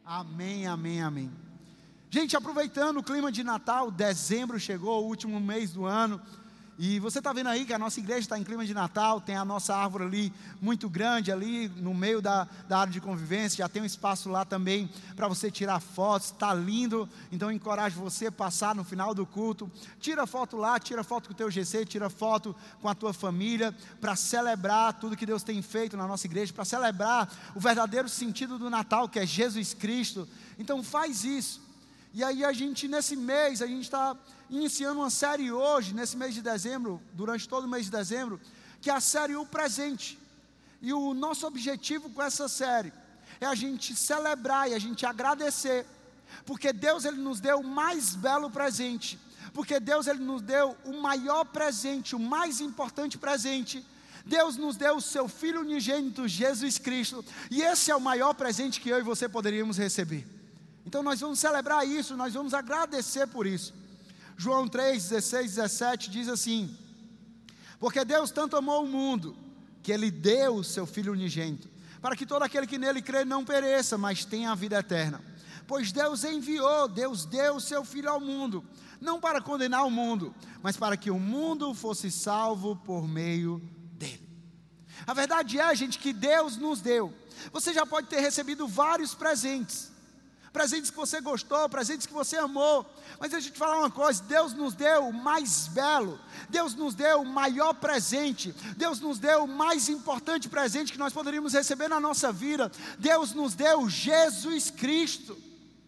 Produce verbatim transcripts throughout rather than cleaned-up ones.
Amém, amém, amém. Gente, aproveitando o clima de Natal, dezembro chegou, o último mês do ano. E você está vendo aí que a nossa igreja está em clima de Natal, tem a nossa árvore ali muito grande, ali no meio da, da área de convivência, já tem um espaço lá também para você tirar fotos, está lindo. Então eu encorajo você a passar no final do culto, tira foto lá, tira foto com o teu G C, tira foto com a tua família, para celebrar tudo que Deus tem feito na nossa igreja, para celebrar o verdadeiro sentido do Natal, que é Jesus Cristo. Então faz isso. E aí a gente, nesse mês, a gente está iniciando uma série hoje, nesse mês de dezembro, durante todo o mês de dezembro, que é a série O Presente. E o nosso objetivo com essa série é a gente celebrar e a gente agradecer, porque Deus ele nos deu o mais belo presente, porque Deus ele nos deu o maior presente, o mais importante presente. Deus nos deu o seu Filho unigênito, Jesus Cristo, e esse é o maior presente que eu e você poderíamos receber. Então nós vamos celebrar isso, nós vamos agradecer por isso. João três, dezesseis, dezessete diz assim: porque Deus tanto amou o mundo, que Ele deu o seu Filho unigênito, para que todo aquele que nele crê não pereça, mas tenha a vida eterna. Pois Deus enviou, Deus deu o seu Filho ao mundo, não para condenar o mundo, mas para que o mundo fosse salvo por meio dele. A verdade é, gente, que Deus nos deu. Você já pode ter recebido vários presentes, presentes que você gostou, presentes que você amou, mas deixa eu te falar uma coisa: Deus nos deu o mais belo, Deus nos deu o maior presente, Deus nos deu o mais importante presente que nós poderíamos receber na nossa vida. Deus nos deu Jesus Cristo,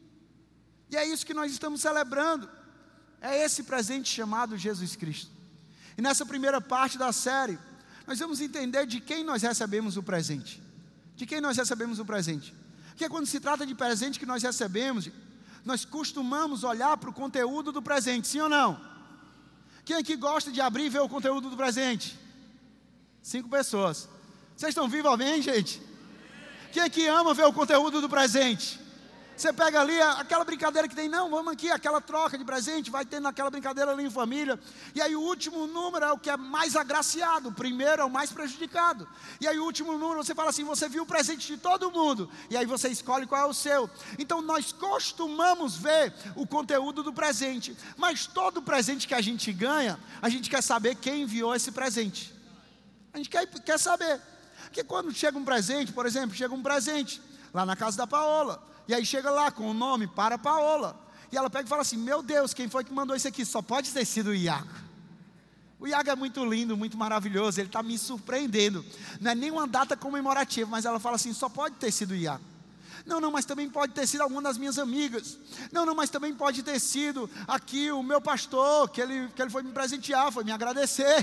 e é isso que nós estamos celebrando, é esse presente chamado Jesus Cristo. E nessa primeira parte da série, nós vamos entender de quem nós recebemos o presente, de quem nós recebemos o presente. Porque quando se trata de presente que nós recebemos, nós costumamos olhar para o conteúdo do presente, sim ou não? Quem aqui gosta de abrir e ver o conteúdo do presente? Cinco pessoas. Vocês estão vivos, amém, gente? Quem aqui ama ver o conteúdo do presente? Você pega ali aquela brincadeira que tem, não, vamos aqui, aquela troca de presente, vai tendo aquela brincadeira ali em família, e aí o último número é o que é mais agraciado, o primeiro é o mais prejudicado, e aí o último número você fala assim, você viu o presente de todo mundo, e aí você escolhe qual é o seu. Então nós costumamos ver o conteúdo do presente, mas todo presente que a gente ganha, a gente quer saber quem enviou esse presente, a gente quer, quer saber, porque quando chega um presente, por exemplo, chega um presente lá na casa da Paola, e aí chega lá com o nome para Paola, e ela pega e fala assim, meu Deus, quem foi que mandou isso aqui? Só pode ter sido o Iago. O Iago é muito lindo, muito maravilhoso, ele está me surpreendendo, não é nem uma data comemorativa, mas ela fala assim, só pode ter sido o Iago. Não, não, mas também pode ter sido alguma das minhas amigas. Não, não, mas também pode ter sido aqui o meu pastor, que ele, que ele foi me presentear, foi me agradecer.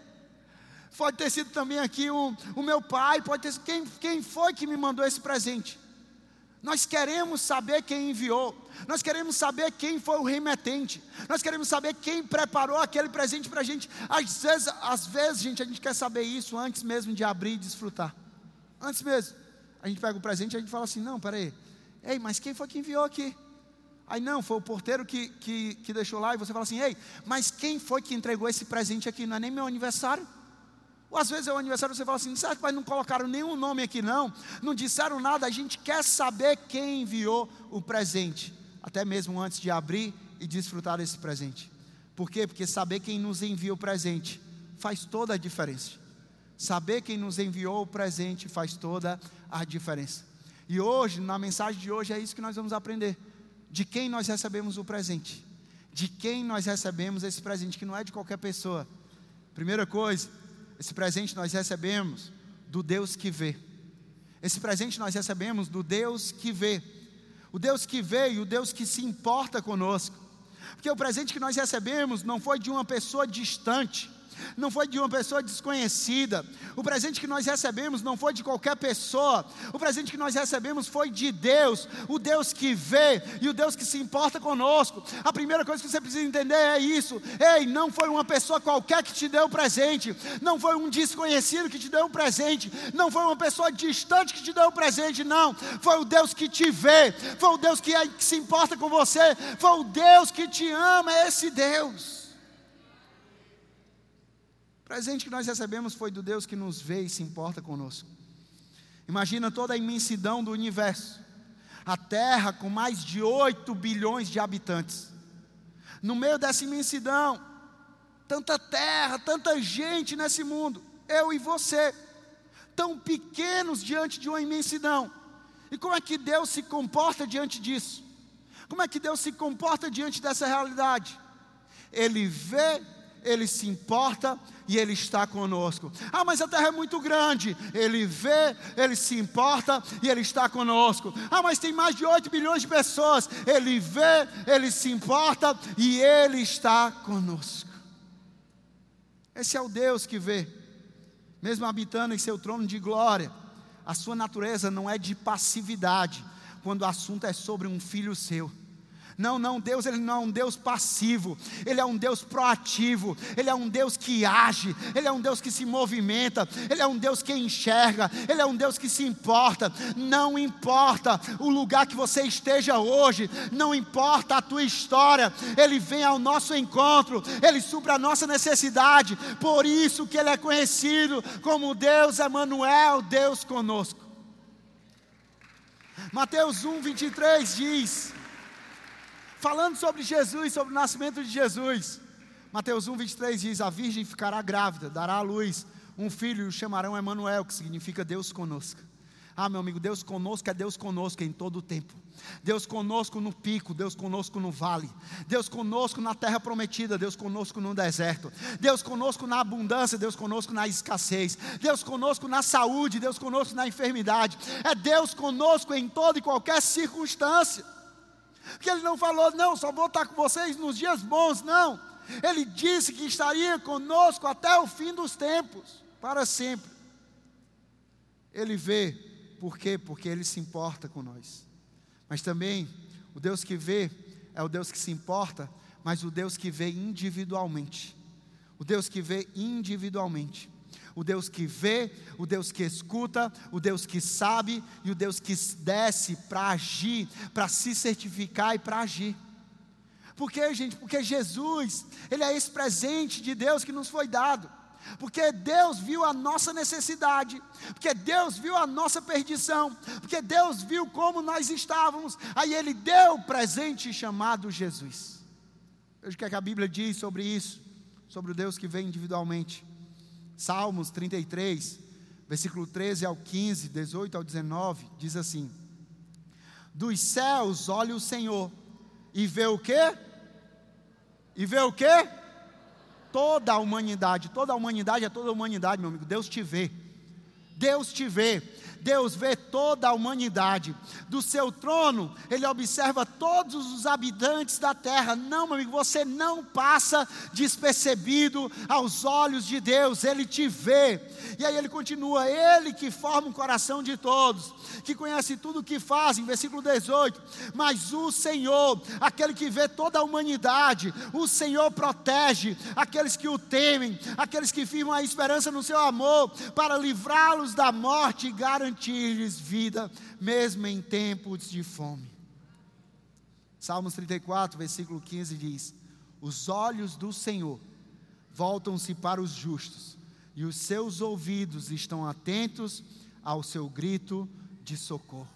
Pode ter sido também aqui o, o meu pai, pode ter sido, quem, quem foi que me mandou esse presente? Nós queremos saber quem enviou, nós queremos saber quem foi o remetente, nós queremos saber quem preparou aquele presente para a gente. Às vezes, às vezes, gente, a gente quer saber isso antes mesmo de abrir e desfrutar. Antes mesmo, a gente pega o presente e a gente fala assim, não, peraí, ei, mas quem foi que enviou aqui? Aí não, foi o porteiro que, que, que deixou lá, e você fala assim, ei, mas quem foi que entregou esse presente aqui? Não é nem meu aniversário? Ou às vezes é o aniversário, você fala assim, certo, mas não colocaram nenhum nome aqui não, não disseram nada. A gente quer saber quem enviou o presente, até mesmo antes de abrir e desfrutar desse presente. Por quê? Porque saber quem nos envia o presente faz toda a diferença. Saber quem nos enviou o presente faz toda a diferença. E hoje, na mensagem de hoje, é isso que nós vamos aprender. De quem nós recebemos o presente, de quem nós recebemos esse presente, que não é de qualquer pessoa. Primeira coisa, esse presente nós recebemos do Deus que vê. Esse presente nós recebemos do Deus que vê. O Deus que vê e o Deus que se importa conosco. Porque o presente que nós recebemos não foi de uma pessoa distante, não foi de uma pessoa desconhecida. O presente que nós recebemos não foi de qualquer pessoa. O presente que nós recebemos foi de Deus, o Deus que vê e o Deus que se importa conosco. A primeira coisa que você precisa entender é isso. Ei, não foi uma pessoa qualquer que te deu o presente, não foi um desconhecido que te deu o presente, não foi uma pessoa distante que te deu o presente, não. Foi o Deus que te vê, foi o Deus que, é, que se importa com você, foi o Deus que te ama, é esse Deus. O presente que nós recebemos foi do Deus que nos vê e se importa conosco. Imagina toda a imensidão do universo, a terra com mais de oito bilhões de habitantes. No meio dessa imensidão, tanta terra, tanta gente nesse mundo, eu e você, tão pequenos diante de uma imensidão. E como é que Deus se comporta diante disso? Como é que Deus se comporta diante dessa realidade? Ele vê, Ele se importa e Ele está conosco. Ah, mas a terra é muito grande. Ele vê, Ele se importa e Ele está conosco. Ah, mas tem mais de oito bilhões de pessoas. Ele vê, Ele se importa e Ele está conosco. Esse é o Deus que vê. Mesmo habitando em seu trono de glória, a sua natureza não é de passividade, quando o assunto é sobre um filho seu. Não, não, Deus, Ele não é um Deus passivo, Ele é um Deus proativo, Ele é um Deus que age, Ele é um Deus que se movimenta, Ele é um Deus que enxerga, Ele é um Deus que se importa. Não importa o lugar que você esteja hoje, não importa a tua história, Ele vem ao nosso encontro, Ele supra a nossa necessidade. Por isso que Ele é conhecido como Deus Emanuel, Deus conosco. Mateus um, vinte e três diz, falando sobre Jesus, sobre o nascimento de Jesus, Mateus um, vinte e três diz: a virgem ficará grávida, dará à luz um filho e o chamarão Emanuel, que significa Deus conosco. Ah, meu amigo, Deus conosco é Deus conosco em todo o tempo. Deus conosco no pico, Deus conosco no vale, Deus conosco na terra prometida, Deus conosco no deserto, Deus conosco na abundância, Deus conosco na escassez, Deus conosco na saúde, Deus conosco na enfermidade. É Deus conosco em toda e qualquer circunstância. Porque Ele não falou, não, só vou estar com vocês nos dias bons, não. Ele disse que estaria conosco até o fim dos tempos, para sempre. Ele vê, por quê? Porque Ele se importa com nós. Mas também, o Deus que vê, é o Deus que se importa, mas o Deus que vê individualmente. O Deus que vê individualmente. O Deus que vê, o Deus que escuta, o Deus que sabe e o Deus que desce para agir, para se certificar e para agir. Por quê, gente? Porque Jesus, Ele é esse presente de Deus que nos foi dado. Porque Deus viu a nossa necessidade, porque Deus viu a nossa perdição, porque Deus viu como nós estávamos, aí Ele deu o presente chamado Jesus. Veja o que, é que a Bíblia diz sobre isso, sobre o Deus que vem individualmente. Salmos trinta e três, versículo treze ao quinze, dezoito ao dezenove, diz assim: dos céus olha o Senhor, e vê o quê? E vê o quê? Toda a humanidade. Toda a humanidade é toda a humanidade, meu amigo. Deus te vê, Deus te vê, Deus vê toda a humanidade. Do seu trono, Ele observa todos os habitantes da terra. Não, meu amigo, você não passa despercebido aos olhos de Deus. Ele te vê. E aí Ele continua: Ele que forma o coração de todos, que conhece tudo o que fazem. Versículo dezoito: mas o Senhor, aquele que vê toda a humanidade, o Senhor protege aqueles que o temem, aqueles que firmam a esperança no seu amor, para livrá-los da morte e garantir-lhes vida, mesmo em tempos de fome. Salmos trinta e quatro, versículo quinze diz: os olhos do Senhor voltam-se para os justos, e os seus ouvidos estão atentos ao seu grito de socorro.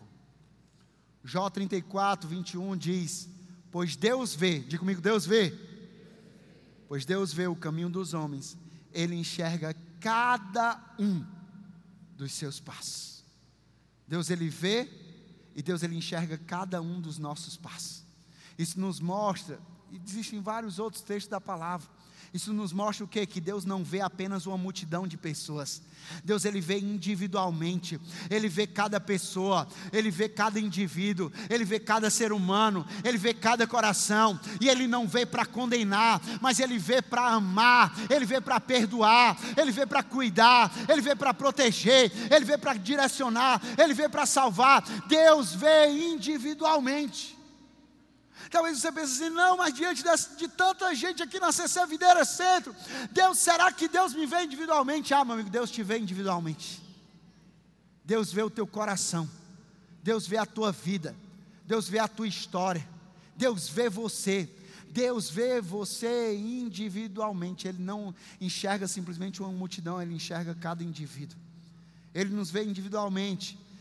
Jó trinta e quatro, vinte e um diz: pois Deus vê, diga comigo, Deus vê, pois Deus vê o caminho dos homens, Ele enxerga cada um dos seus passos. Deus, Ele vê, e Deus, Ele enxerga cada um dos nossos passos. Isso nos mostra, e existem vários outros textos da palavra, isso nos mostra o quê? Que Deus não vê apenas uma multidão de pessoas. Deus, Ele vê individualmente. Ele vê cada pessoa, Ele vê cada indivíduo, Ele vê cada ser humano, Ele vê cada coração. E Ele não vê para condenar, mas Ele vê para amar, Ele vê para perdoar, Ele vê para cuidar, Ele vê para proteger, Ele vê para direcionar, Ele vê para salvar. Deus vê individualmente. Talvez você pense assim: não, mas diante de, de tanta gente aqui na C C Videira Centro, Deus, será que Deus me vê individualmente? Ah, meu amigo, Deus te vê individualmente. Deus vê o teu coração, Deus vê a tua vida, Deus vê a tua história, Deus vê você, Deus vê você individualmente. Ele não enxerga simplesmente uma multidão, Ele enxerga cada indivíduo. Ele nos vê individualmente,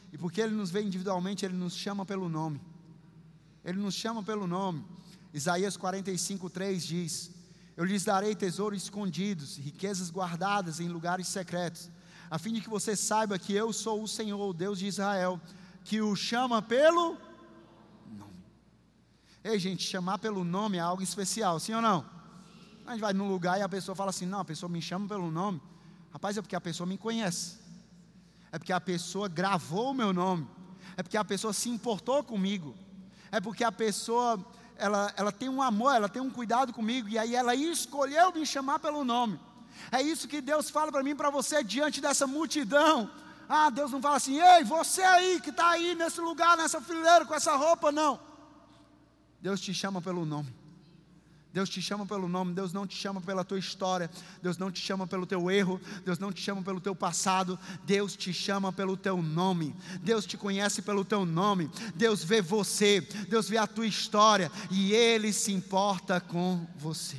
E porque Ele nos vê individualmente, Ele nos chama pelo nome. Ele nos chama pelo nome. Isaías quarenta e cinco, três diz: eu lhes darei tesouros escondidos, riquezas guardadas em lugares secretos, a fim de que você saiba que eu sou o Senhor, o Deus de Israel, que o chama pelo nome. Ei, gente, chamar pelo nome é algo especial, sim ou não? A gente vai num lugar e a pessoa fala assim: não, a pessoa me chama pelo nome. Rapaz, é porque a pessoa me conhece, é porque a pessoa gravou o meu nome, é porque a pessoa se importou comigo, é porque a pessoa, ela, ela tem um amor, ela tem um cuidado comigo, e aí ela escolheu me chamar pelo nome. É isso que Deus fala para mim e para você diante dessa multidão. Ah, Deus não fala assim: ei, você aí que está aí nesse lugar, nessa fileira com essa roupa, não. Deus te chama pelo nome. Deus te chama pelo nome. Deus não te chama pela tua história, Deus não te chama pelo teu erro, Deus não te chama pelo teu passado, Deus te chama pelo teu nome. Deus te conhece pelo teu nome. Deus vê você, Deus vê a tua história, e Ele se importa com você.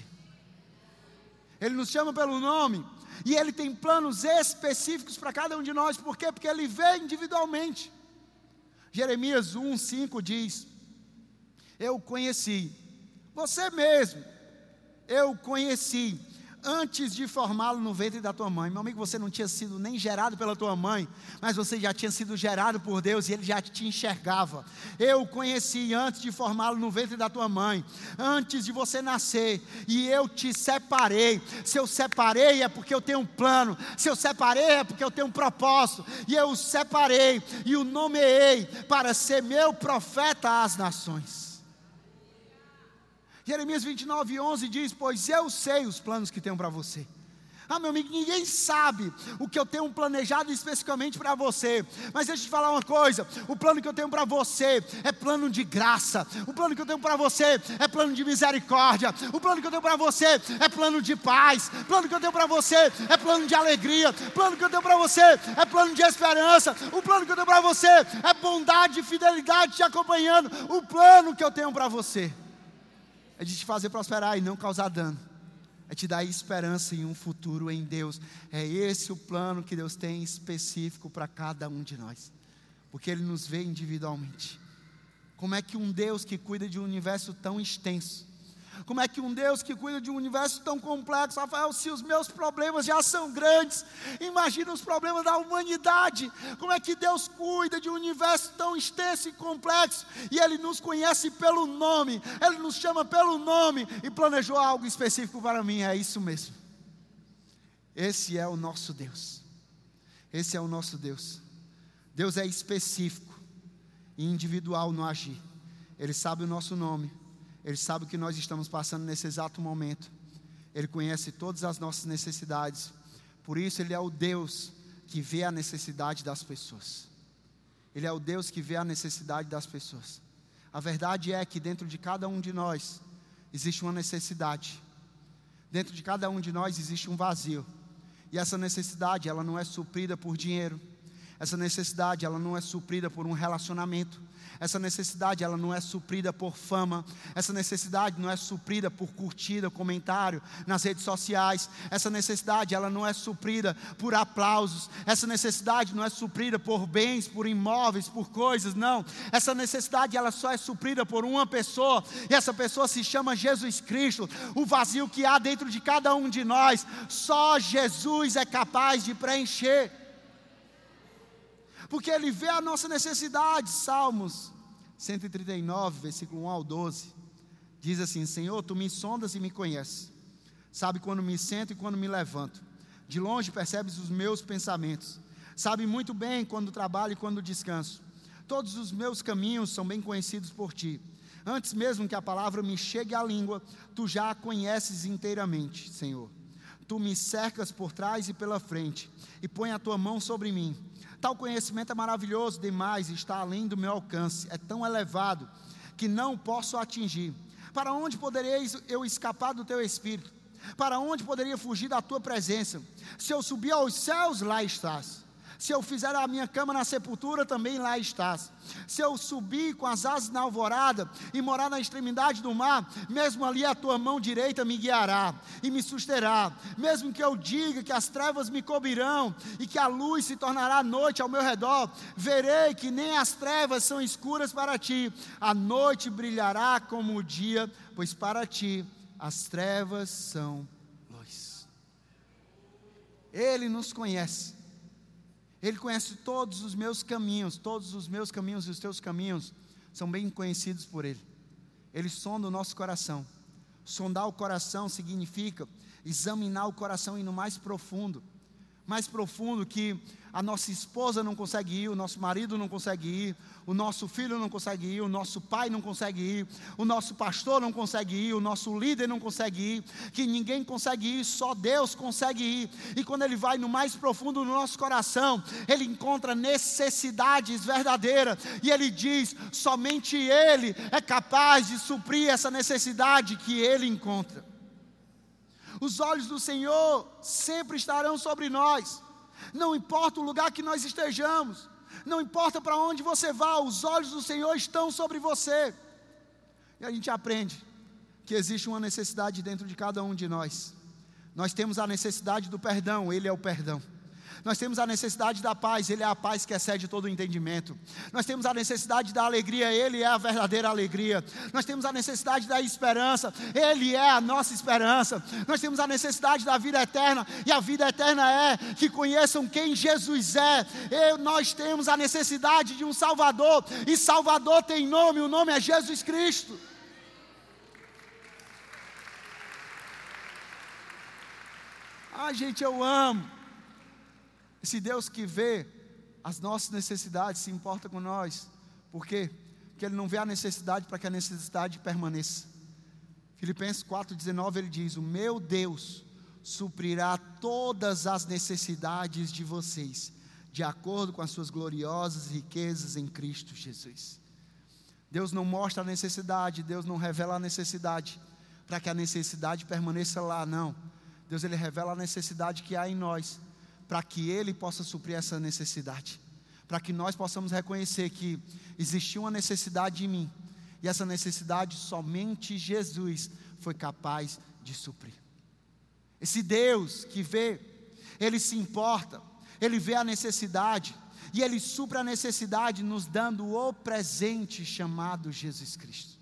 Ele nos chama pelo nome, e Ele tem planos específicos para cada um de nós. Por quê? Porque Ele vê individualmente. Jeremias um, cinco diz: eu conheci, você mesmo, eu conheci, antes de formá-lo no ventre da tua mãe. Meu amigo, você não tinha sido nem gerado pela tua mãe, mas você já tinha sido gerado por Deus, e Ele já te enxergava. Eu conheci antes de formá-lo no ventre da tua mãe, antes de você nascer, e eu te separei. Se eu separei é porque eu tenho um plano, se eu separei é porque eu tenho um propósito, e eu o separei, e o nomeei para ser meu profeta às nações. Jeremias vinte e nove, onze diz: pois eu sei os planos que tenho para você. Ah, meu amigo, ninguém sabe o que eu tenho planejado especificamente para você, mas deixa eu te falar uma coisa: o plano que eu tenho para você é plano de graça, o plano que eu tenho para você é plano de misericórdia, o plano que eu tenho para você é plano de paz, o plano que eu tenho para você é plano de alegria, o plano que eu tenho para você é plano de esperança, o plano que eu tenho para você é bondade e fidelidade te acompanhando. O plano que eu tenho para você é de te fazer prosperar e não causar dano, é te dar esperança em um futuro em Deus. É esse o plano que Deus tem específico para cada um de nós, porque Ele nos vê individualmente. Como é que um Deus que cuida de um universo tão extenso, como é que um Deus que cuida de um universo tão complexo, Rafael, se os meus problemas já são grandes, imagina os problemas da humanidade. Como é que Deus cuida de um universo tão extenso e complexo, e Ele nos conhece pelo nome, Ele nos chama pelo nome, e planejou algo específico para mim. É isso mesmo. Esse é o nosso Deus. Esse é o nosso Deus. Deus é específico e individual no agir. Ele sabe o nosso nome, Ele sabe o que nós estamos passando nesse exato momento, Ele conhece todas as nossas necessidades. Por isso Ele é o Deus que vê a necessidade das pessoas. Ele é o Deus que vê a necessidade das pessoas. A verdade é que dentro de cada um de nós existe uma necessidade. Dentro de cada um de nós existe um vazio. E essa necessidade, ela não é suprida por dinheiro. Essa necessidade, ela não é suprida por um relacionamento. Essa necessidade, ela não é suprida por fama. Essa necessidade não é suprida por curtida, comentário nas redes sociais. Essa necessidade, ela não é suprida por aplausos. Essa necessidade não é suprida por bens, por imóveis, por coisas, não. Essa necessidade, ela só é suprida por uma pessoa, e essa pessoa se chama Jesus Cristo. O vazio que há dentro de cada um de nós, só Jesus é capaz de preencher, porque Ele vê a nossa necessidade. Salmos cento e trinta e nove, versículo um ao doze, diz assim: Senhor, Tu me sondas e me conheces, sabe quando me sento e quando me levanto, de longe percebes os meus pensamentos, sabe muito bem quando trabalho e quando descanso, todos os meus caminhos são bem conhecidos por Ti, antes mesmo que a palavra me chegue à língua, Tu já a conheces inteiramente. Senhor, Tu me cercas por trás e pela frente, e põe a Tua mão sobre mim. Tal conhecimento é maravilhoso demais, está além do meu alcance, é tão elevado que não posso atingir. Para onde poderei eu escapar do Teu Espírito? Para onde poderia fugir da Tua presença? Se eu subir aos céus, lá estás. Se eu fizer a minha cama na sepultura, também lá estás. Se eu subir com as asas na alvorada e morar na extremidade do mar, mesmo ali a tua mão direita me guiará e me susterá. Mesmo que eu diga que as trevas me cobrirão e que a luz se tornará noite ao meu redor, verei que nem as trevas são escuras para ti. A noite brilhará como o dia, pois para ti as trevas são luz. Ele nos conhece. Ele conhece todos os meus caminhos, todos os meus caminhos e os teus caminhos são bem conhecidos por Ele. Ele sonda o nosso coração. Sondar o coração significa examinar o coração e ir no mais profundo. Mais profundo que a nossa esposa não consegue ir, o nosso marido não consegue ir, o nosso filho não consegue ir, o nosso pai não consegue ir, o nosso pastor não consegue ir, o nosso líder não consegue ir, que ninguém consegue ir, só Deus consegue ir. E quando Ele vai no mais profundo do nosso coração, Ele encontra necessidades verdadeiras, e Ele diz, somente Ele é capaz de suprir essa necessidade que Ele encontra. Os olhos do Senhor sempre estarão sobre nós, não importa o lugar que nós estejamos, não importa para onde você vá, os olhos do Senhor estão sobre você. E a gente aprende que existe uma necessidade dentro de cada um de nós. Nós temos a necessidade do perdão, Ele é o perdão. Nós temos a necessidade da paz, Ele é a paz que excede todo o entendimento. Nós temos a necessidade da alegria, Ele é a verdadeira alegria. Nós temos a necessidade da esperança, Ele é a nossa esperança. Nós temos a necessidade da vida eterna, e a vida eterna é que conheçam quem Jesus é. E nós temos a necessidade de um Salvador, e Salvador tem nome, o nome é Jesus Cristo. Ah, gente, eu amo esse Deus que vê as nossas necessidades, se importa com nós. Por quê? Porque Ele não vê a necessidade para que a necessidade permaneça. Filipenses quatro, dezenove, Ele diz, o meu Deus suprirá todas as necessidades de vocês, de acordo com as suas gloriosas riquezas em Cristo Jesus. Deus não mostra a necessidade, Deus não revela a necessidade para que a necessidade permaneça lá, não. Deus, Ele revela a necessidade que há em nós, para que Ele possa suprir essa necessidade, para que nós possamos reconhecer que existia uma necessidade em mim, e essa necessidade somente Jesus foi capaz de suprir. Esse Deus que vê, Ele se importa, Ele vê a necessidade, e Ele supre a necessidade nos dando o presente chamado Jesus Cristo.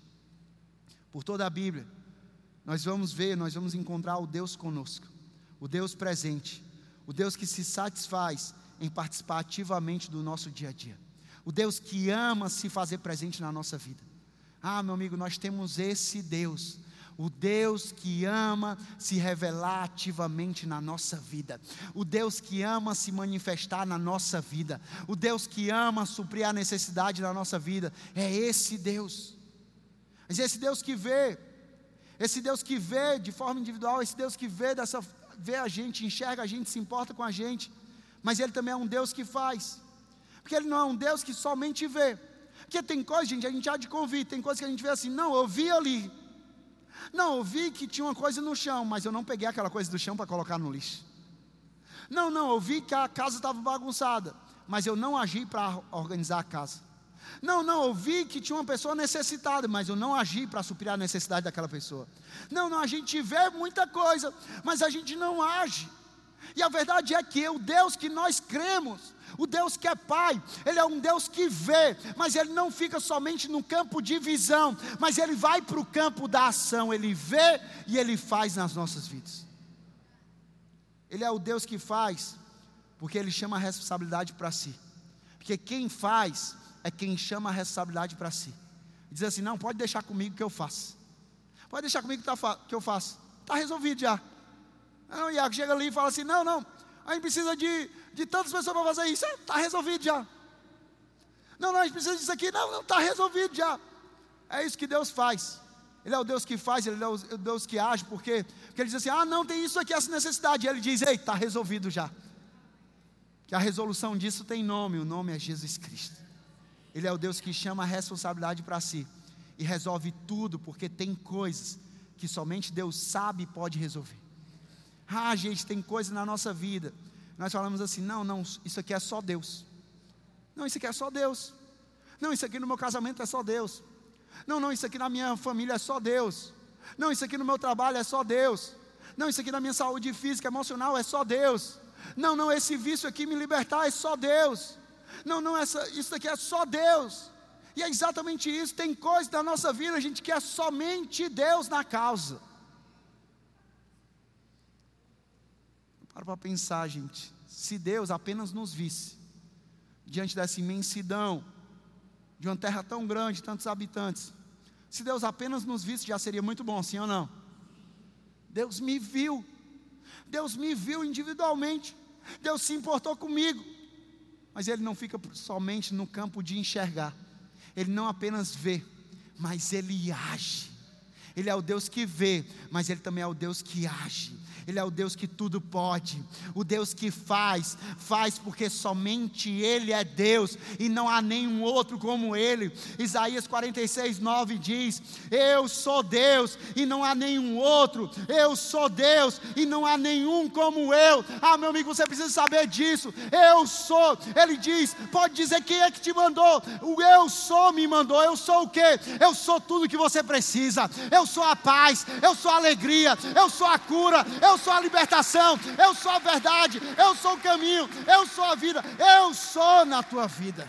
Por toda a Bíblia, nós vamos ver, nós vamos encontrar o Deus conosco, o Deus presente, o Deus que se satisfaz em participar ativamente do nosso dia a dia, o Deus que ama se fazer presente na nossa vida. Ah, meu amigo, nós temos esse Deus, o Deus que ama se revelar ativamente na nossa vida, o Deus que ama se manifestar na nossa vida, o Deus que ama suprir a necessidade da nossa vida, é esse Deus. Mas esse Deus que vê, esse Deus que vê de forma individual, esse Deus que vê dessa vê a gente, enxerga a gente, se importa com a gente, mas Ele também é um Deus que faz, porque Ele não é um Deus que somente vê, porque tem coisa, gente, a gente há de convir, tem coisa que a gente vê assim, não, eu vi ali, não, eu vi que tinha uma coisa no chão, mas eu não peguei aquela coisa do chão para colocar no lixo, não, não, eu vi que a casa estava bagunçada, mas eu não agi para organizar a casa, não, não, eu vi que tinha uma pessoa necessitada, mas eu não agi para suprir a necessidade daquela pessoa. Não, não, a gente vê muita coisa, mas a gente não age. E a verdade é que o Deus que nós cremos, o Deus que é Pai, Ele é um Deus que vê, mas Ele não fica somente no campo de visão, mas Ele vai para o campo da ação, Ele vê e Ele faz nas nossas vidas. Ele é o Deus que faz, porque Ele chama a responsabilidade para si, porque quem faz é quem chama a responsabilidade para si, diz assim, não, pode deixar comigo que eu faço, pode deixar comigo que, tá, que eu faço, está resolvido já. Não, Iago chega ali e fala assim, não, não, a gente precisa de, de tantas pessoas para fazer isso, está resolvido já. Não, não, a gente precisa disso aqui, não, não, está resolvido já. É isso que Deus faz, Ele é o Deus que faz, Ele é o Deus que age, porque, porque Ele diz assim, ah não, tem isso aqui, essa necessidade, e Ele diz, ei, está resolvido já, que a resolução disso tem nome, o nome é Jesus Cristo. Ele é o Deus que chama a responsabilidade para si e resolve tudo, porque tem coisas que somente Deus sabe e pode resolver. Ah, gente, tem coisas na nossa vida nós falamos assim, não, não, isso aqui é só Deus. Não, isso aqui é só Deus. Não, isso aqui no meu casamento é só Deus. Não, não, isso aqui na minha família é só Deus. Não, isso aqui no meu trabalho é só Deus. Não, isso aqui na minha saúde física, emocional é só Deus. Não, não, esse vício aqui me libertar é só Deus. Não, não, essa, isso aqui é só Deus. E é exatamente isso, tem coisas da nossa vida, a gente quer somente Deus na causa. Para para pensar, gente, se Deus apenas nos visse, diante dessa imensidão, de uma terra tão grande, tantos habitantes, se Deus apenas nos visse, já seria muito bom, sim ou não? Deus me viu, Deus me viu individualmente, Deus se importou comigo, mas Ele não fica somente no campo de enxergar, Ele não apenas vê, mas Ele age. Ele é o Deus que vê, mas Ele também é o Deus que age. Ele é o Deus que tudo pode, o Deus que faz, faz porque somente Ele é Deus, e não há nenhum outro como Ele. Isaías quarenta e seis, nove diz, eu sou Deus, e não há nenhum outro, eu sou Deus, e não há nenhum como eu. Ah, meu amigo, você precisa saber disso, eu sou. Ele diz, pode dizer quem é que te mandou, o eu sou me mandou. Eu sou o quê? Eu sou tudo que você precisa, eu sou a paz, eu sou a alegria, eu sou a cura, eu sou a libertação, eu sou a verdade, eu sou o caminho, eu sou a vida, eu sou na tua vida.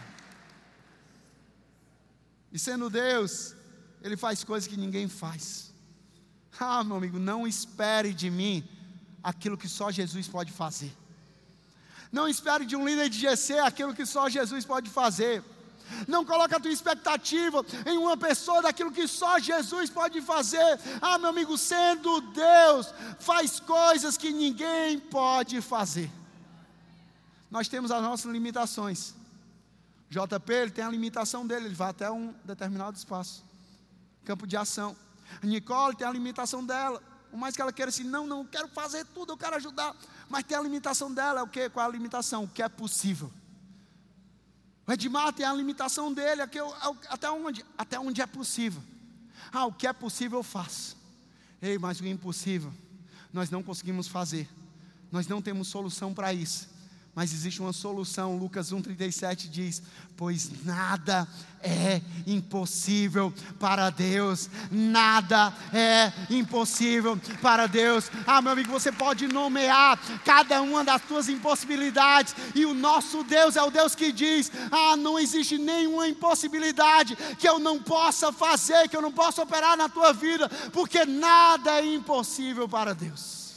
E sendo Deus, Ele faz coisas que ninguém faz. Ah, meu amigo, não espere de mim aquilo que só Jesus pode fazer. Não espere de um líder de G C aquilo que só Jesus pode fazer. Não coloque a tua expectativa em uma pessoa daquilo que só Jesus pode fazer. Ah, meu amigo, sendo Deus, faz coisas que ninguém pode fazer. Nós temos as nossas limitações. J P, ele tem a limitação dele, ele vai até um determinado espaço, campo de ação. A Nicole tem a limitação dela, por mais que ela queira assim, não, não, quero fazer tudo, eu quero ajudar, mas tem a limitação dela, é o quê? Qual é a limitação? O que é possível. O Edmar tem a limitação dele, até onde? Até onde é possível. Ah, o que é possível eu faço. Ei, mas o impossível, nós não conseguimos fazer. Nós não temos solução para isso. Mas existe uma solução. Lucas um, trinta e sete diz, pois nada é impossível para Deus. Nada é impossível para Deus. Ah, meu amigo, você pode nomear cada uma das tuas impossibilidades, e o nosso Deus é o Deus que diz, ah, não existe nenhuma impossibilidade que eu não possa fazer, que eu não possa operar na tua vida, porque nada é impossível para Deus.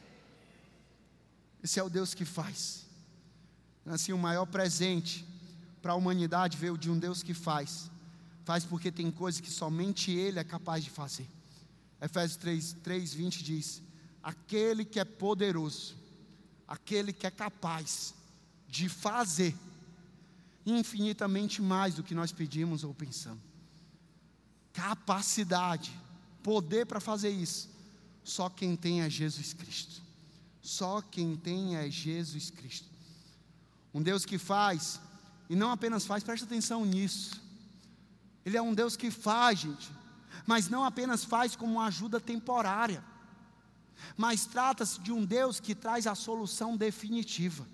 Esse é o Deus que faz. Assim, o maior presente para a humanidade veio de um Deus que faz. Faz porque tem coisas que somente Ele é capaz de fazer. Efésios três, três, vinte diz, aquele que é poderoso, aquele que é capaz de fazer infinitamente mais do que nós pedimos ou pensamos. Capacidade, poder para fazer isso, só quem tem é Jesus Cristo. Só quem tem é Jesus Cristo. Um Deus que faz, e não apenas faz, presta atenção nisso. Ele é um Deus que faz, gente, mas não apenas faz como uma ajuda temporária, mas trata-se de um Deus que traz a solução definitiva.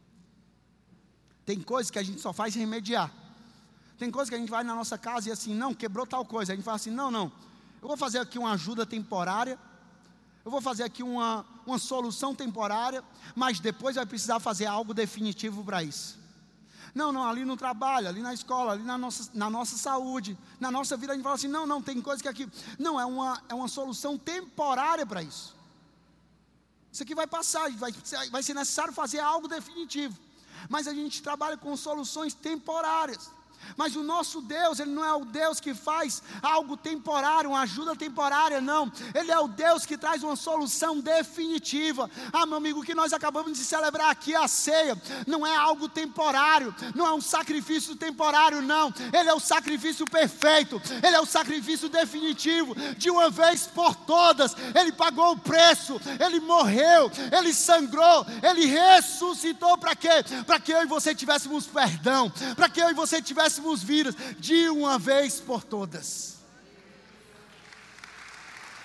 Tem coisas que a gente só faz remediar. Tem coisas que a gente vai na nossa casa e assim, não, quebrou tal coisa. A gente fala assim, não, não, eu vou fazer aqui uma ajuda temporária, eu vou fazer aqui uma, uma solução temporária, mas depois vai precisar fazer algo definitivo para isso. Não, não, ali no trabalho, ali na escola, ali na nossa, na nossa saúde, na nossa vida, a gente fala assim, não, não, tem coisa que aqui, não, é uma, é uma solução temporária para isso. Isso aqui vai passar, vai, vai ser necessário fazer algo definitivo, mas a gente trabalha com soluções temporárias. Mas o nosso Deus, Ele não é o Deus que faz algo temporário, uma ajuda temporária, não. Ele é o Deus que traz uma solução definitiva. Ah, meu amigo, o que nós acabamos de celebrar aqui, a ceia, não é algo temporário, não é um sacrifício temporário, não. Ele é o sacrifício perfeito, Ele é o sacrifício definitivo, de uma vez por todas. Ele pagou o preço, Ele morreu, Ele sangrou, Ele ressuscitou para quê? Para que eu e você tivéssemos perdão, para que eu e você tivéssemos vidas de uma vez por todas.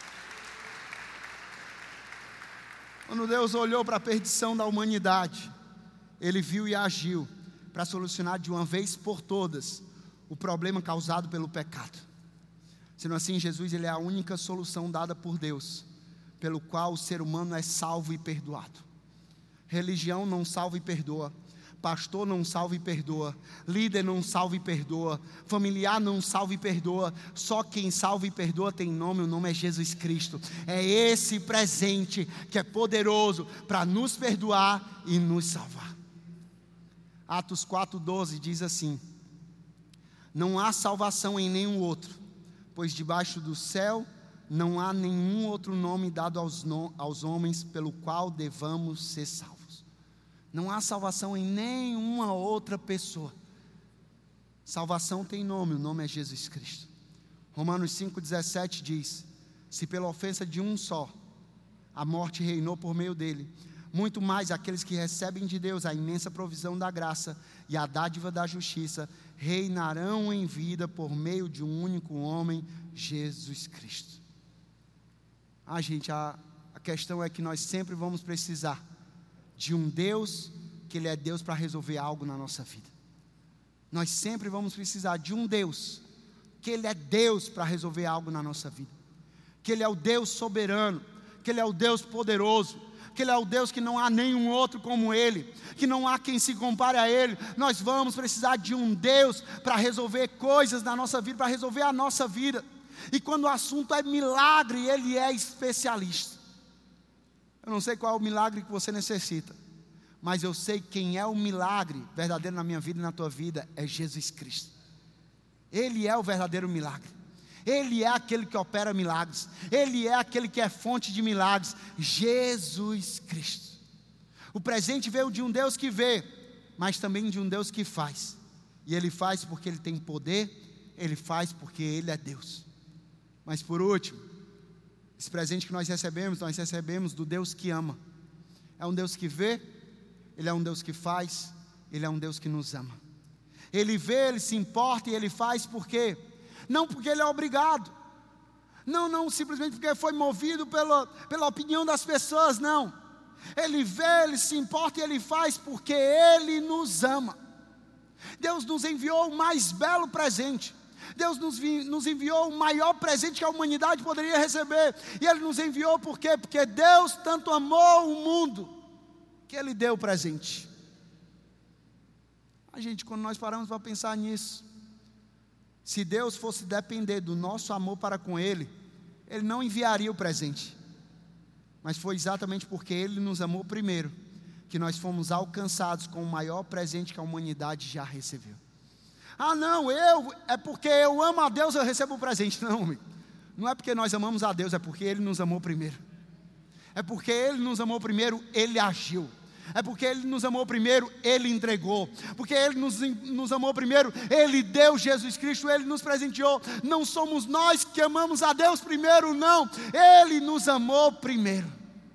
Quando Deus olhou para a perdição da humanidade, Ele viu e agiu para solucionar de uma vez por todas o problema causado pelo pecado. Sendo assim, Jesus ele é a única solução dada por Deus, pelo qual o ser humano é salvo e perdoado. Religião não salva e perdoa, pastor não salva e perdoa, líder não salva e perdoa, familiar não salva e perdoa. Só quem salva e perdoa tem nome, o nome é Jesus Cristo. É esse presente que é poderoso para nos perdoar e nos salvar. Atos quatro, doze diz assim: não há salvação em nenhum outro, pois debaixo do céu não há nenhum outro nome dado aos, no, aos homens pelo qual devamos ser salvos. Não há salvação em nenhuma outra pessoa. Salvação tem nome, o nome é Jesus Cristo. Romanos cinco, dezessete diz: se pela ofensa de um só a morte reinou por meio dele, muito mais aqueles que recebem de Deus a imensa provisão da graça e a dádiva da justiça reinarão em vida por meio de um único homem, Jesus Cristo. Ah, gente, a, a questão é que nós sempre vamos precisar de um Deus, que Ele é Deus para resolver algo na nossa vida. Nós sempre vamos precisar de um Deus, que Ele é Deus para resolver algo na nossa vida. Que Ele é o Deus soberano, que Ele é o Deus poderoso, que Ele é o Deus que não há nenhum outro como Ele, que não há quem se compare a Ele. Nós vamos precisar de um Deus para resolver coisas na nossa vida, para resolver a nossa vida. E quando o assunto é milagre, Ele é especialista. Eu não sei qual é o milagre que você necessita, mas eu sei quem é o milagre verdadeiro na minha vida e na tua vida, é Jesus Cristo. Ele é o verdadeiro milagre. Ele é aquele que opera milagres. Ele é aquele que é fonte de milagres. Jesus Cristo. O presente veio de um Deus que vê, mas também de um Deus que faz. E Ele faz porque Ele tem poder, Ele faz porque Ele é Deus. Mas por último, esse presente que nós recebemos, nós recebemos do Deus que ama. É um Deus que vê, Ele é um Deus que faz, Ele é um Deus que nos ama. Ele vê, Ele se importa e Ele faz por quê? Não porque Ele é obrigado, não, não simplesmente porque foi movido pela, pela opinião das pessoas, não. Ele vê, Ele se importa e Ele faz porque Ele nos ama. Deus nos enviou o mais belo presente. Deus nos, nos enviou o maior presente que a humanidade poderia receber. E Ele nos enviou por quê? Porque Deus tanto amou o mundo, que Ele deu o presente. A gente, quando nós paramos para pensar nisso, se Deus fosse depender do nosso amor para com Ele, Ele não enviaria o presente. Mas foi exatamente porque Ele nos amou primeiro, que nós fomos alcançados com o maior presente que a humanidade já recebeu. Ah não, eu, é porque eu amo a Deus, eu recebo o presente. Não, amigo, não é porque nós amamos a Deus, é porque Ele nos amou primeiro. É porque Ele nos amou primeiro, Ele agiu. É porque Ele nos amou primeiro, Ele entregou. Porque Ele nos, nos amou primeiro, Ele deu Jesus Cristo, Ele nos presenteou. Não somos nós que amamos a Deus primeiro, não. Ele nos amou primeiro.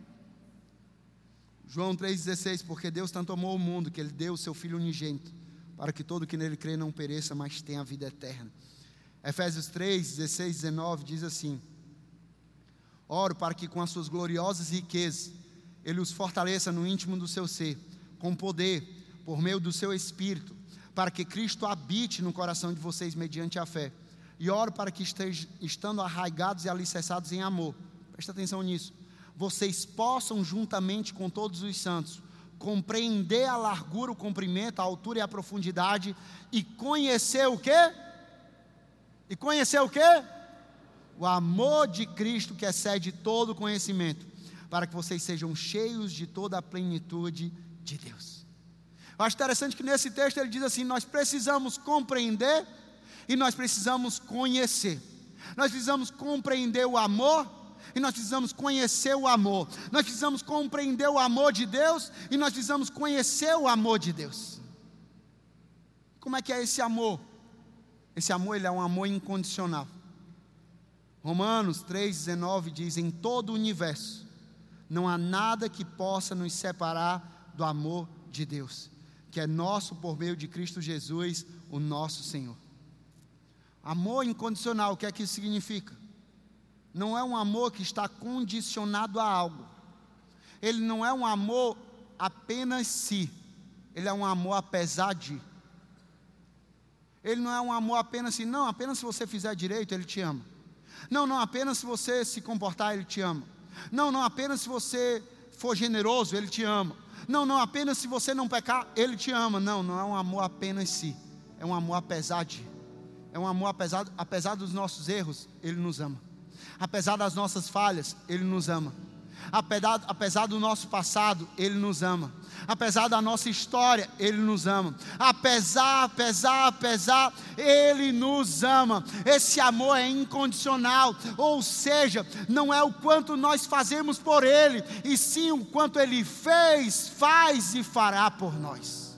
João três dezesseis, porque Deus tanto amou o mundo, que Ele deu o seu Filho unigênito, para que todo que nele crê não pereça, mas tenha a vida eterna. Efésios três, dezesseis, dezenove diz assim: oro para que com as suas gloriosas riquezas Ele os fortaleça no íntimo do seu ser, com poder, por meio do seu Espírito, para que Cristo habite no coração de vocês mediante a fé. E oro para que estejam, estando arraigados e alicerçados em amor, presta atenção nisso, vocês possam juntamente com todos os santos compreender a largura, o comprimento, a altura e a profundidade, e conhecer o quê? E conhecer o quê? O amor de Cristo que excede todo conhecimento, para que vocês sejam cheios de toda a plenitude de Deus. Eu acho interessante que nesse texto ele diz assim: nós precisamos compreender e nós precisamos conhecer. Nós precisamos compreender o amor e nós precisamos conhecer o amor. Nós precisamos compreender o amor de Deus e nós precisamos conhecer o amor de Deus. Como é que é esse amor? Esse amor, ele é um amor incondicional. Romanos três, dezenove diz: em todo o universo não há nada que possa nos separar do amor de Deus, que é nosso por meio de Cristo Jesus, o nosso Senhor. Amor incondicional, o que é que isso significa? Não é um amor que está condicionado a algo. Ele não é um amor apenas se. Ele é um amor apesar de. Ele não é um amor apenas assim, não, apenas se você fizer direito, Ele te ama. Não, não, apenas se você se comportar, Ele te ama. Não, não, apenas se você for generoso, Ele te ama. Não, não, apenas se você não pecar, Ele te ama. Não, não é um amor apenas si. É um amor apesar de. É um amor apesar, apesar dos nossos erros, Ele nos ama. Apesar das nossas falhas, Ele nos ama. Apesar, apesar do nosso passado, Ele nos ama. Apesar da nossa história, Ele nos ama. Apesar, apesar, apesar, Ele nos ama. Esse amor é incondicional. Ou seja, não é o quanto nós fazemos por Ele, e sim o quanto Ele fez, faz e fará por nós.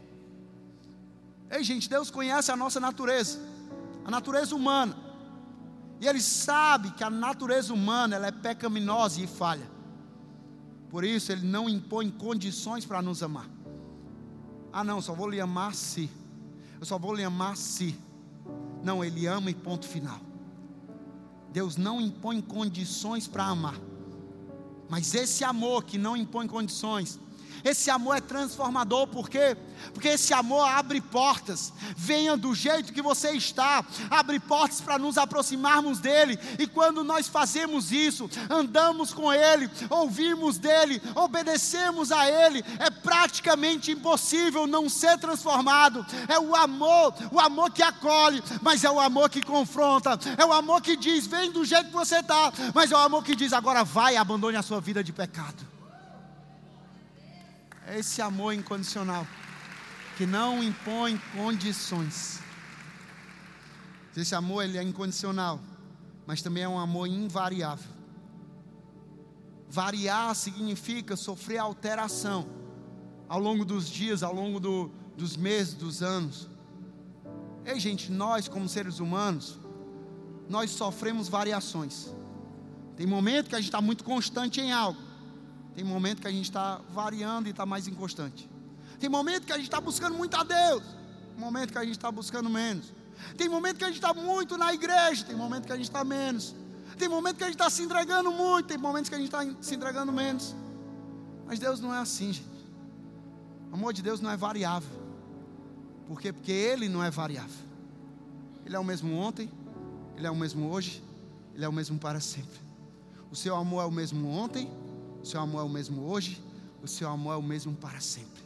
Ei, gente, Deus conhece a nossa natureza, a natureza humana. E Ele sabe que a natureza humana ela é pecaminosa e falha. Por isso Ele não impõe condições para nos amar. Ah não, só vou lhe amar se. Eu só vou lhe amar se. Não, Ele ama e ponto final. Deus não impõe condições para amar. Mas esse amor que não impõe condições, esse amor é transformador. Por quê? Porque esse amor abre portas. Venha do jeito que você está, abre portas para nos aproximarmos dEle. E quando nós fazemos isso, andamos com Ele, ouvimos dEle, obedecemos a Ele, é praticamente impossível não ser transformado. É o amor, o amor que acolhe, mas é o amor que confronta. É o amor que diz, vem do jeito que você está, mas é o amor que diz, agora vai e abandone a sua vida de pecado. É esse amor incondicional, que não impõe condições. Esse amor ele é incondicional, mas também é um amor invariável. Variar significa sofrer alteração ao longo dos dias, ao longo do, dos meses, dos anos. Ei gente, nós como seres humanos, nós sofremos variações. Tem momento que a gente está muito constante em algo. Tem momento que a gente está variando e está mais inconstante. Tem momento que a gente está buscando muito a Deus. Tem momento que a gente está buscando menos. Tem momento que a gente está muito na igreja. Tem momento que a gente está menos. Tem momento que a gente está se entregando muito. Tem momentos que a gente está se entregando menos. Mas Deus não é assim, gente. O amor de Deus não é variável. Por quê? Porque Ele não é variável. Ele é o mesmo ontem, Ele é o mesmo hoje, Ele é o mesmo para sempre. O seu amor é o mesmo ontem, o seu amor é o mesmo hoje, o seu amor é o mesmo para sempre.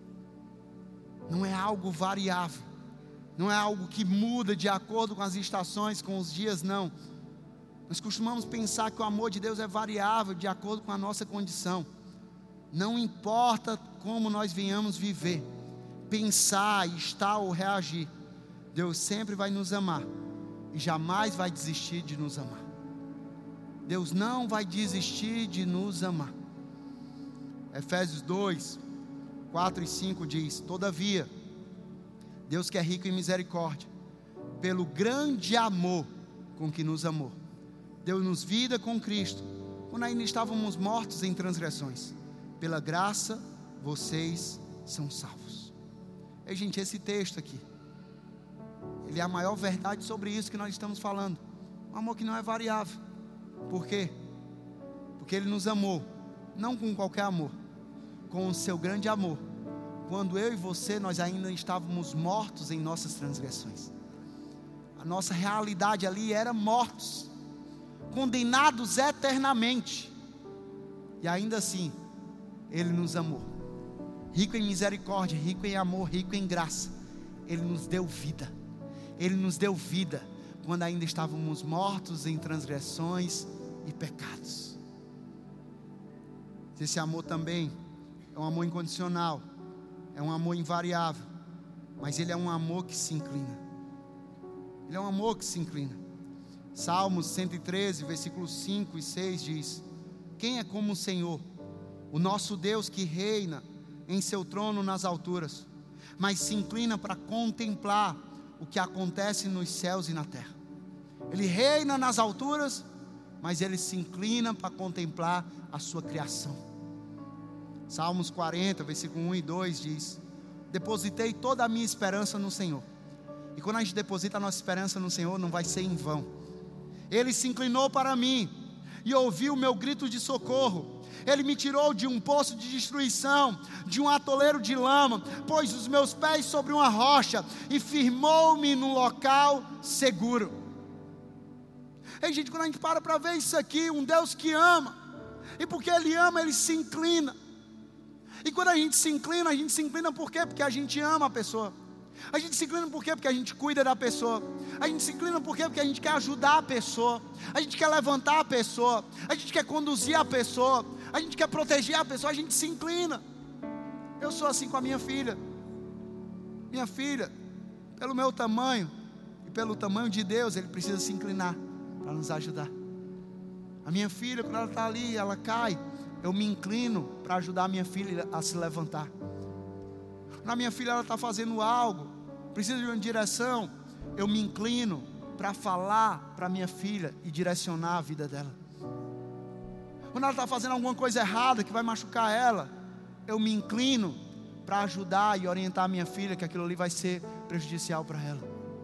Não é algo variável, não é algo que muda de acordo com as estações, com os dias, não. Nós costumamos pensar que o amor de Deus é variável de acordo com a nossa condição. Não importa como nós venhamos viver, pensar, estar ou reagir, Deus sempre vai nos amar e jamais vai desistir de nos amar. Deus não vai desistir de nos amar. Efésios dois, quatro e cinco diz: todavia, Deus que é rico em misericórdia, pelo grande amor com que nos amou, deu-nos vida com Cristo, quando ainda estávamos mortos em transgressões. Pela graça, vocês são salvos. E gente, esse texto aqui, ele é a maior verdade sobre isso que nós estamos falando. Um amor que não é variável. Por quê? Porque Ele nos amou, não com qualquer amor, com o seu grande amor, quando eu e você, nós ainda estávamos mortos em nossas transgressões. A nossa realidade ali era mortos, condenados eternamente, e ainda assim, Ele nos amou, rico em misericórdia, rico em amor, rico em graça. Ele nos deu vida, Ele nos deu vida, quando ainda estávamos mortos em transgressões e pecados. Esse amor também é um amor incondicional, é um amor invariável, mas ele é um amor que se inclina. Ele é um amor que se inclina. Salmos cento e treze, versículos cinco e seis diz: quem é como o Senhor, o nosso Deus que reina em seu trono nas alturas, mas se inclina para contemplar o que acontece nos céus e na terra. Ele reina nas alturas, mas Ele se inclina para contemplar a sua criação. Salmos quarenta, versículo um e dois diz: depositei toda a minha esperança no Senhor. E quando a gente deposita a nossa esperança no Senhor, não vai ser em vão. Ele se inclinou para mim e ouviu o meu grito de socorro. Ele me tirou de um poço de destruição, de um atoleiro de lama, pôs os meus pés sobre uma rocha e firmou-me num local seguro. Ei, gente, quando a gente para para ver isso aqui, um Deus que ama, e porque Ele ama, Ele se inclina. E quando a gente se inclina, a gente se inclina por quê? Porque a gente ama a pessoa. A gente se inclina por quê? Porque a gente cuida da pessoa. A gente se inclina por quê? Porque a gente quer ajudar a pessoa. A gente quer levantar a pessoa. A gente quer conduzir a pessoa. A gente quer proteger a pessoa. A gente se inclina. Eu sou assim com a minha filha. Minha filha, pelo meu tamanho e pelo tamanho de Deus, Ele precisa se inclinar para nos ajudar. A minha filha, quando ela está ali, ela cai, eu me inclino para ajudar a minha filha a se levantar. Quando a minha filha ela está fazendo algo, precisa de uma direção, eu me inclino para falar para minha filha e direcionar a vida dela. Quando ela está fazendo alguma coisa errada que vai machucar ela, eu me inclino para ajudar e orientar a minha filha que aquilo ali vai ser prejudicial para ela.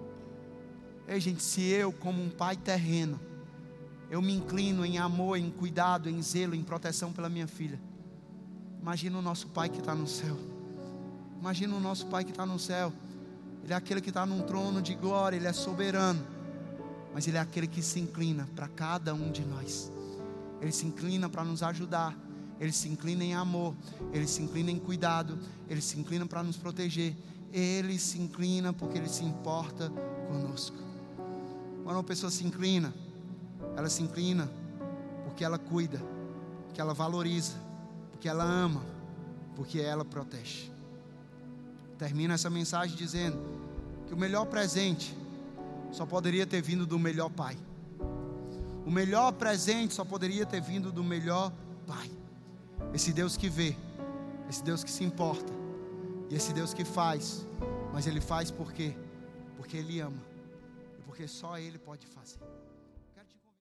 Ei, gente, se eu, como um pai terreno, eu me inclino em amor, em cuidado, em zelo, em proteção pela minha filha, imagina o nosso Pai que está no céu. Imagina o nosso Pai que está no céu. Ele é aquele que está num trono de glória, Ele é soberano, mas Ele é aquele que se inclina para cada um de nós. Ele se inclina para nos ajudar, Ele se inclina em amor, Ele se inclina em cuidado, Ele se inclina para nos proteger, Ele se inclina porque Ele se importa conosco. Quando uma pessoa se inclina, ela se inclina porque ela cuida, porque ela valoriza, porque ela ama, porque ela protege. Termino essa mensagem dizendo que o melhor presente só poderia ter vindo do melhor pai. O melhor presente só poderia ter vindo do melhor pai. Esse Deus que vê, esse Deus que se importa, e esse Deus que faz, mas Ele faz por quê? Porque Ele ama, e porque só Ele pode fazer.